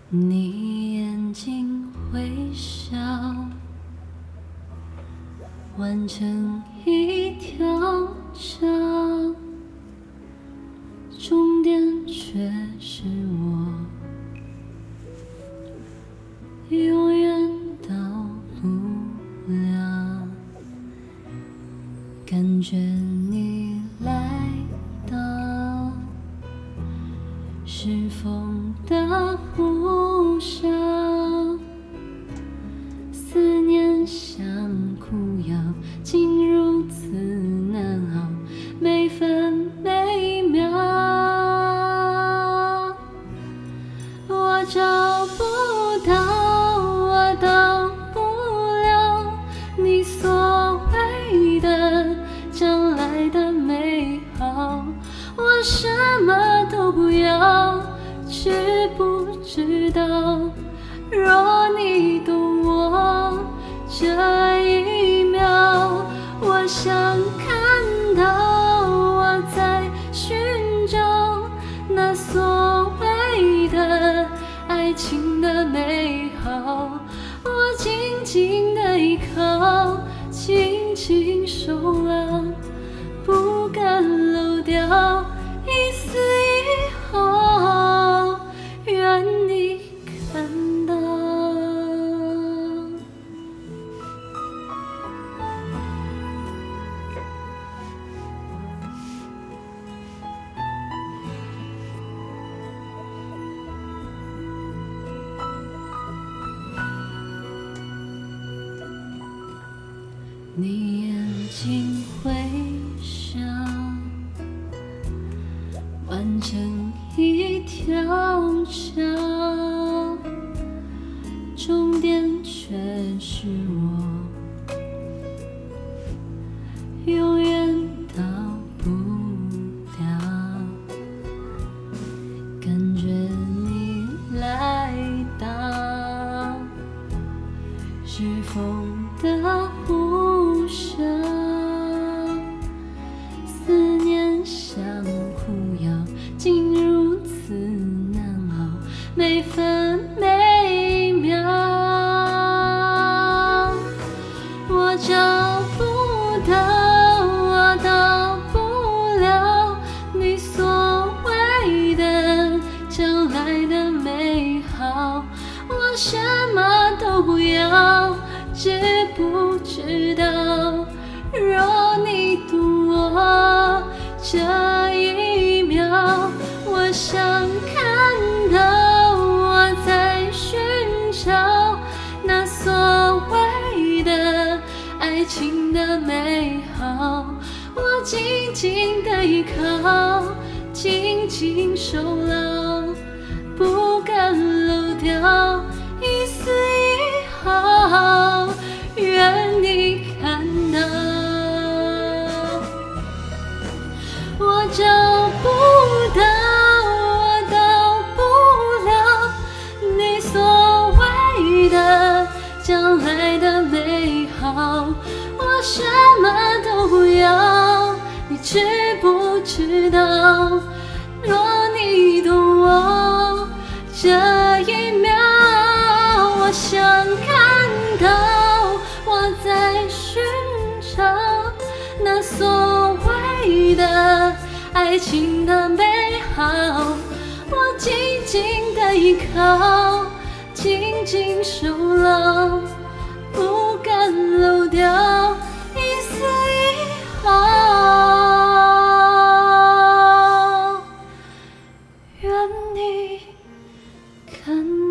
你眼睛微笑，完成一条桥，终点却是我，永远到不了。感觉你来到，是风的呼啸，思念像苦药，竟如此难熬，每分每秒。我找不到，我到不了你所谓的将来的美好，我什么都不要，知不知道？若你懂我这一秒，我想看到我在寻找那所谓的爱情的美好，我紧紧的依靠，紧紧守牢，不敢漏掉一丝一毫，愿你看到。你眼睛微笑，完成一条桥，终点却是我，永远到不了。感觉你来到，是风的呼啸，思念像苦药，竟如此难熬，每分每秒。我找不到，我到不了你所谓的将来的美好，我什么都不要，知不知道？若你懂我这一秒，我想看到我在寻找那所谓的爱情的美好，我紧紧的依靠，紧紧守牢，不敢漏掉一丝一毫，愿你看到。我找不到，我到不了你所谓的将来的美好，我什么都不要，你知不知道？若你懂我这一秒，我想看到我在寻找那所谓的爱情的美好，我紧紧的依靠，紧紧守牢，不敢漏掉一丝一毫，愿你看